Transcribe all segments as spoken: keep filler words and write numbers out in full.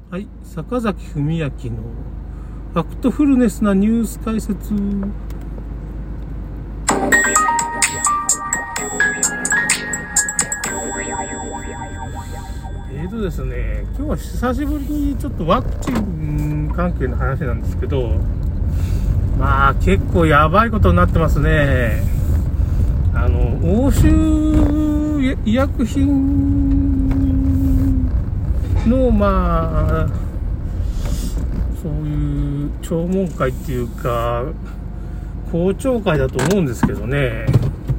はい、坂崎文明のファクトフルネスなニュース解説。えーとですね、今日は久しぶりにちょっとワクチン関係の話なんですけど、まあ結構やばいことになってますね。あの欧州医薬品のまあそういう聴聞会っていうか公聴会だと思うんですけどね。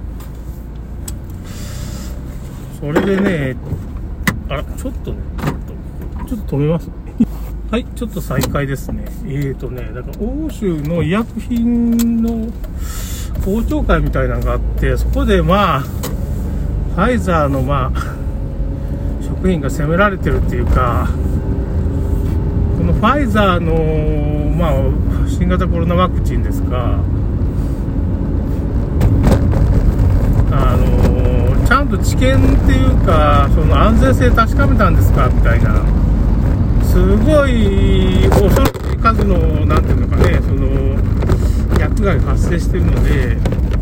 それでね、あらちょっとねちょっとちょっと止めますはい、ちょっと再開ですね。えーとねだから欧州の医薬品の公聴会みたいなのがあって、そこでまあファイザーのまあ職員が責められてるっていうか、このファイザーのまあ新型コロナワクチンですか、あのちゃんと治験っていうかその安全性確かめたんですかみたいな、すごい恐ろしい数のなんていうのかね、その薬害が発生しているので、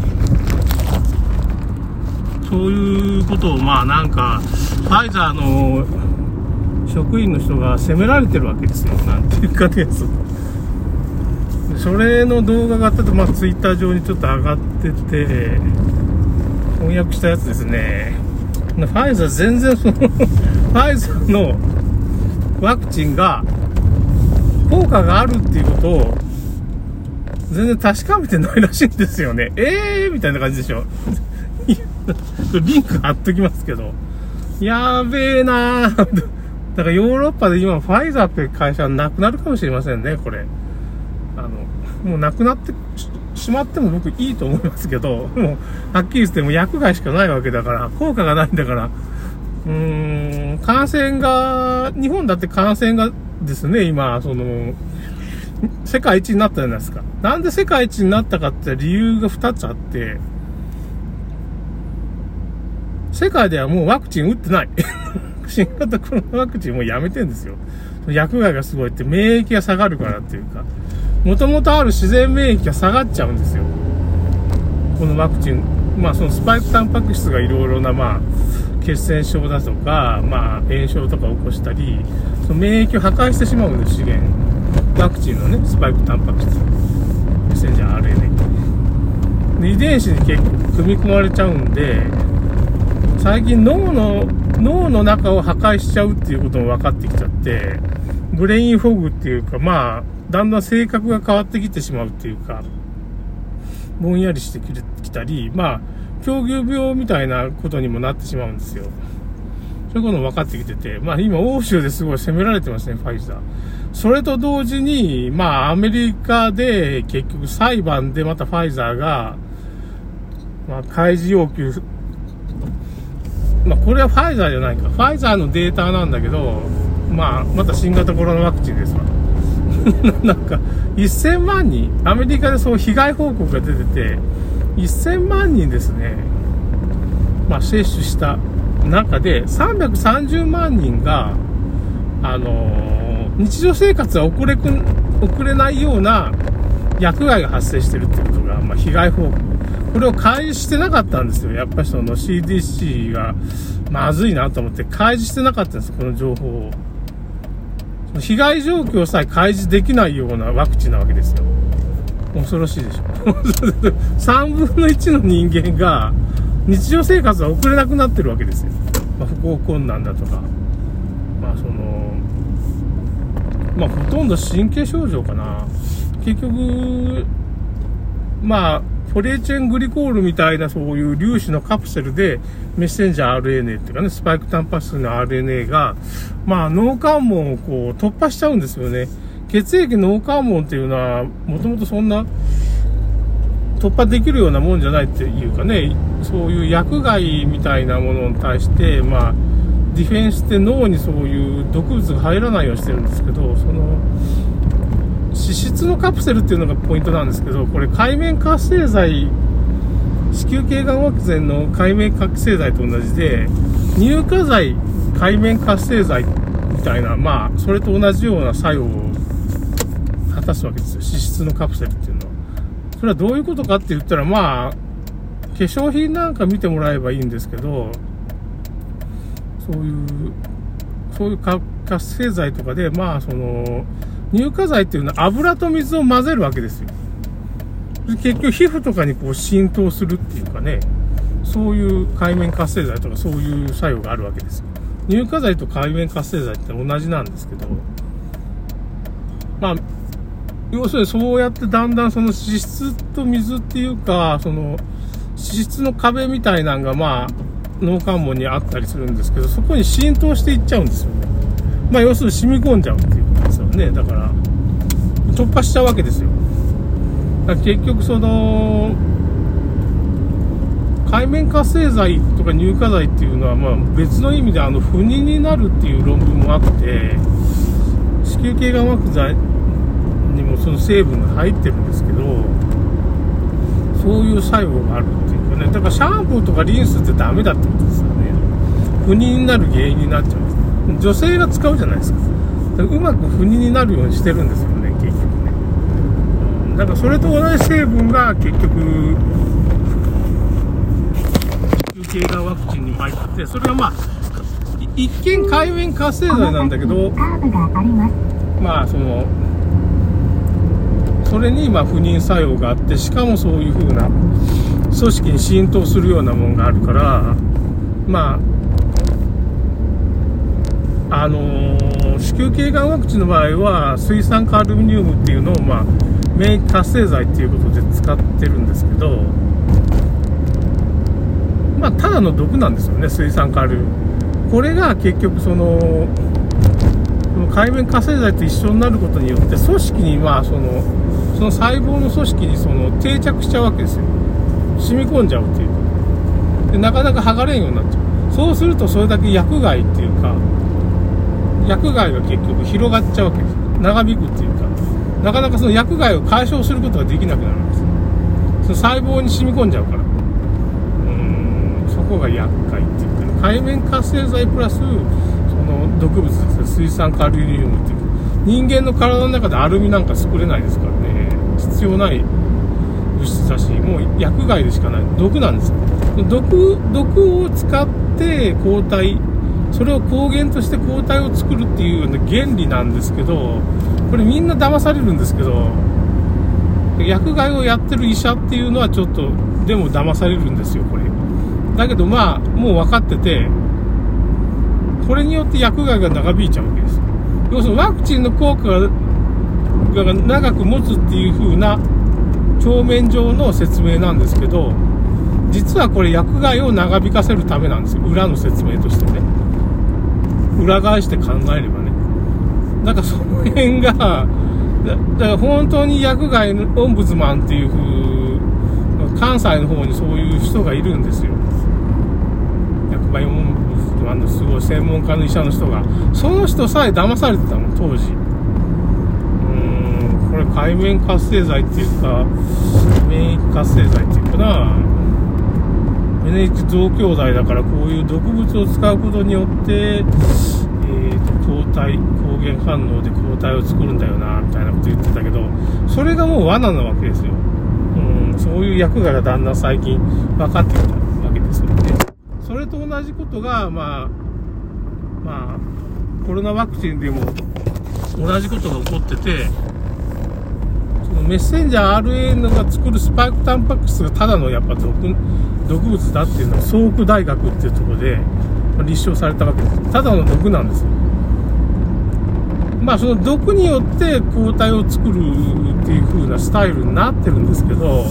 そういうことをまあなんかファイザーの職員の人が責められてるわけですよ。なんていうかね、それの動画があったと、まあツイッター上にちょっと上がってて翻訳したやつですね。ファイザー全然そのファイザーのワクチンが効果があるっていうことを全然確かめてないらしいんですよね。えーみたいな感じでしょリンク貼っときますけど、やべえなーだからヨーロッパで今ファイザーって会社はなくなるかもしれませんね。これあのもうなくなってしまっても僕いいと思いますけど、もうはっきり言っても薬害しかないわけだから、効果がないんだから、うーん感染が日本だって感染がですね、今その世界一になったじゃないですか。なんで世界一になったかって理由がふたつあって、世界ではもうワクチン打ってない新型コロナワクチンもうやめてんですよ。薬害がすごいって、免疫が下がるからっていうか、もともとある自然免疫が下がっちゃうんですよ、このワクチン。まあそのスパイクタンパク質がいろいろなまあ血栓症だとか、まあ炎症とかを起こしたり、その免疫を破壊してしまうんです、資源ワクチンのね、スパイクタンパク質、メッセンジャー アールエヌエー で遺伝子に結構組み込まれちゃうんで、最近脳の脳の中を破壊しちゃうっていうことも分かってきちゃって、ブレインフォグっていうか、まあだんだん性格が変わってきてしまうっていうか、ぼんやりしてきたり、まあ狂牛病みたいなことにもなってしまうんですよ。そういうことも分かってきてて、まあ今欧州ですごい責められてますね、ファイザー。それと同時にまあアメリカで結局裁判でまたファイザーがまあ開示要求、まあこれはファイザーじゃないか、ファイザーのデータなんだけど、まあまた新型コロナワクチンですわなんかせんまんにん、アメリカでその被害報告が出てて、せんまんにんですね、まあ接種した中でさんびゃくさんじゅうまんにんがあのー、日常生活は遅れく遅れないような薬害が発生してるっていうことが、まあ、被害報告、これを開示してなかったんですよ。やっぱりその シーディーシー がまずいなと思って開示してなかったんです、この情報を。被害状況さえ開示できないようなワクチンなわけですよ。恐ろしいでしょさんぶんのいちの人間が日常生活は送れなくなってるわけですよ。まあ、歩行困難だとか、まあそのまあほとんど神経症状かな。結局まあポリエチレングリコールみたいなそういう粒子のカプセルでメッセンジャー アールエヌエー っていうかね、スパイクタンパク質の アールエヌエー がまあ脳関門をこう突破しちゃうんですよね。血液脳関門っていうのはもともとそんな突破できるようなもんじゃないっていうかね、そういう薬害みたいなものに対してまあディフェンスって脳にそういう毒物が入らないようにしてるんですけど、その脂質のカプセルっていうのがポイントなんですけど、これ界面活性剤、子宮頸がん惑前の界面活性剤と同じで、乳化剤界面活性剤みたいな、まあそれと同じような作用を果たすわけですよ、脂質のカプセルっていうのは。それはどういうことかって言ったら、まあ化粧品なんか見てもらえばいいんですけど、そういうそういう活性剤とかで、まあその乳化剤っていうのは油と水を混ぜるわけですよ。結局皮膚とかにこう浸透するっていうかね、そういう界面活性剤とかそういう作用があるわけですよ。乳化剤と界面活性剤って同じなんですけど、まあ要するにそうやってだんだんその脂質と水っていうか、その脂質の壁みたいなのがまあ脳関門にあったりするんですけど、そこに浸透していっちゃうんですよね。まあ要するに染み込んじゃうっていうことですよね。だから突破しちゃうわけですよ。だから結局その界面活性剤とか乳化剤っていうのは、まあ別の意味であの不妊になるっていう論文もあって、子宮頸がん膜剤にもその成分が入ってるんですけど、そういう作用があるっていうかね。だからシャンプーとかリンスってダメだってことですよね。不妊になる原因になっちゃうんです。女性が使うじゃないですか。だからうまく不妊になるようにしてるんですよね、結局ね。だからそれと同じ成分が結局子宮頸がんワクチンに入ってて、それがまあ一見界面活性剤なんだけど、まあそのそれにまあ不妊作用があって、しかもそういう風な組織に浸透するようなものがあるから、まああのー、子宮頸がんワクチンの場合は水酸化アルミニウムっていうのをまあ免疫活性剤っていうことで使ってるんですけど、まあただの毒なんですよね、水酸化アルミ。これが結局その界面活性剤と一緒になることによって組織にまあそのその細胞の組織にその定着しちゃうわけですよ。染み込んじゃうっていうで、なかなか剥がれんようになっちゃう。そうするとそれだけ薬害っていうか、薬害が結局広がっちゃうわけです。長引くっていうか、なかなかその薬害を解消することができなくなるんです。その細胞に染み込んじゃうから、うーん、そこが厄介っていうか、ね、界面活性剤プラスその毒物ですね、水酸化アルミニウムっていう、人間の体の中でアルミなんか作れないですからね、必要ない物質だし、もう薬害でしかない、毒なんですよ。毒毒を使って抗体、それを抗原として抗体を作るっていうような原理なんですけど、これみんな騙されるんですけど、薬害をやってる医者っていうのはちょっとでも騙されるんですよ、これ。だけどまあもう分かってて、これによって薬害が長引いちゃうわけです。要するにワクチンの効果が長く持つっていう風な表面上の説明なんですけど、実はこれ薬害を長引かせるためなんですよ、裏の説明としてね。裏返して考えればね。だからその辺が、だから本当に薬害のオンブズマンっていう風、関西の方にそういう人がいるんですよ。薬害オンブズマンのすごい専門家の医者の人が、その人さえ騙されてたの、当時。これ界面活性剤っていうか免疫活性剤っていうかな、免疫増強剤だから、こういう毒物を使うことによって、えー、と抗体抗原反応で抗体を作るんだよなみたいなこと言ってたけど、それがもう罠なわけですよ。うん、そういう薬害がだんだん最近分かってきたわけですよね。それと同じことがまあまあコロナワクチンでも同じことが起こってて、メッセンジャー アールエヌエー が作るスパイクタンパク質がただのやっぱ 毒, 毒物だっていうのをソーク大学っていうところで立証されたわけです。ただの毒なんですよ。まあその毒によって抗体を作るっていう風なスタイルになってるんですけど、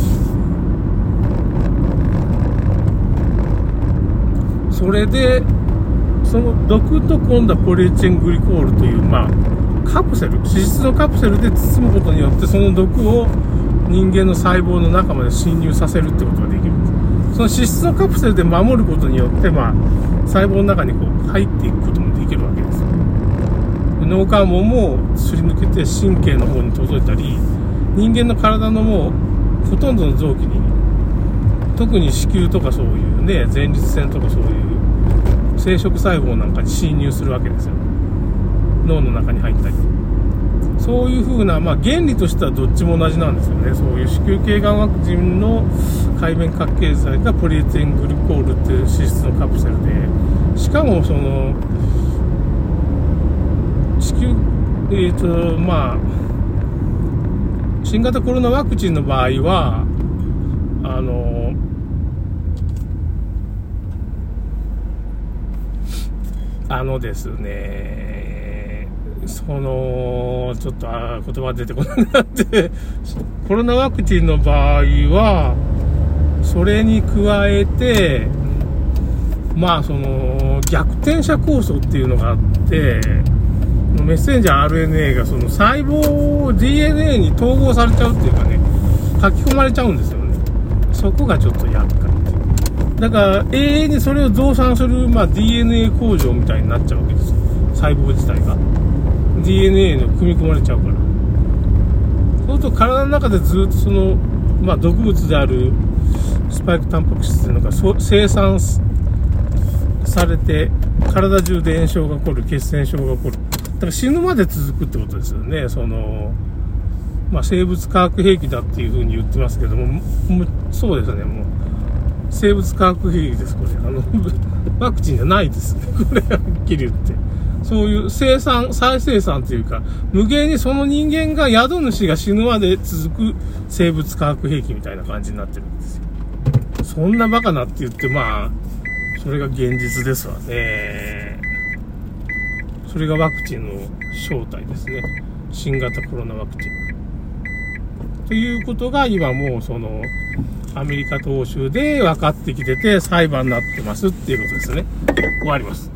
それでその毒と今度はポリエチレングリコールというまあカプセル、脂質のカプセルで包むことによってその毒を人間の細胞の中まで侵入させるってことができるんです。その脂質のカプセルで守ることによって、まあ、細胞の中にこう入っていくこともできるわけですよ。脳関門もすり抜けて神経の方に届いたり、人間の体のもうほとんどの臓器に、特に子宮とかそういうね、前立腺とかそういう生殖細胞なんかに侵入するわけですよ。 脳の中に入ったり。そういう風な、まあ原理としてはどっちも同じなんですよね。そういう子宮頸がんワクチンの界面活形剤がポリエチレングルコールっていう脂質のカプセルで、しかもその、子宮、えっと、まあ、新型コロナワクチンの場合は、あの、あのですね、その、ちょっとあ言葉出てこなくなって、コロナワクチンの場合は、それに加えて、まあその、逆転写酵素っていうのがあって、メッセンジャー アールエヌエー がその細胞 ディーエヌエー に統合されちゃうっていうかね、書き込まれちゃうんですよね。そこがちょっと厄介っていう。だから永遠にそれを増産する、まあ、ディーエヌエー 工場みたいになっちゃうわけですよ。細胞自体が ディーエヌエー の組み込まれちゃうから。そうすると体の中でずっとその、まあ、毒物であるスパイクタンパク質っていうのが生産されて体中で炎症が起こる、血栓症が起こる。だから死ぬまで続くってことですよね。その、まあ、生物化学兵器だっていうふうに言ってますけども、もうそうですね、もう生物化学兵器です、これ。あの、ワクチンじゃないですね、これ、はっきり言って。そういう生産、再生産というか、無限にその人間が、宿主が死ぬまで続く生物化学兵器みたいな感じになってるんですよ。そんなバカなって言って、まあ、それが現実ですわね。それがワクチンの正体ですね。新型コロナワクチン。ということが今もうそのアメリカ当州で分かってきてて裁判になってますっていうことですね。終わります。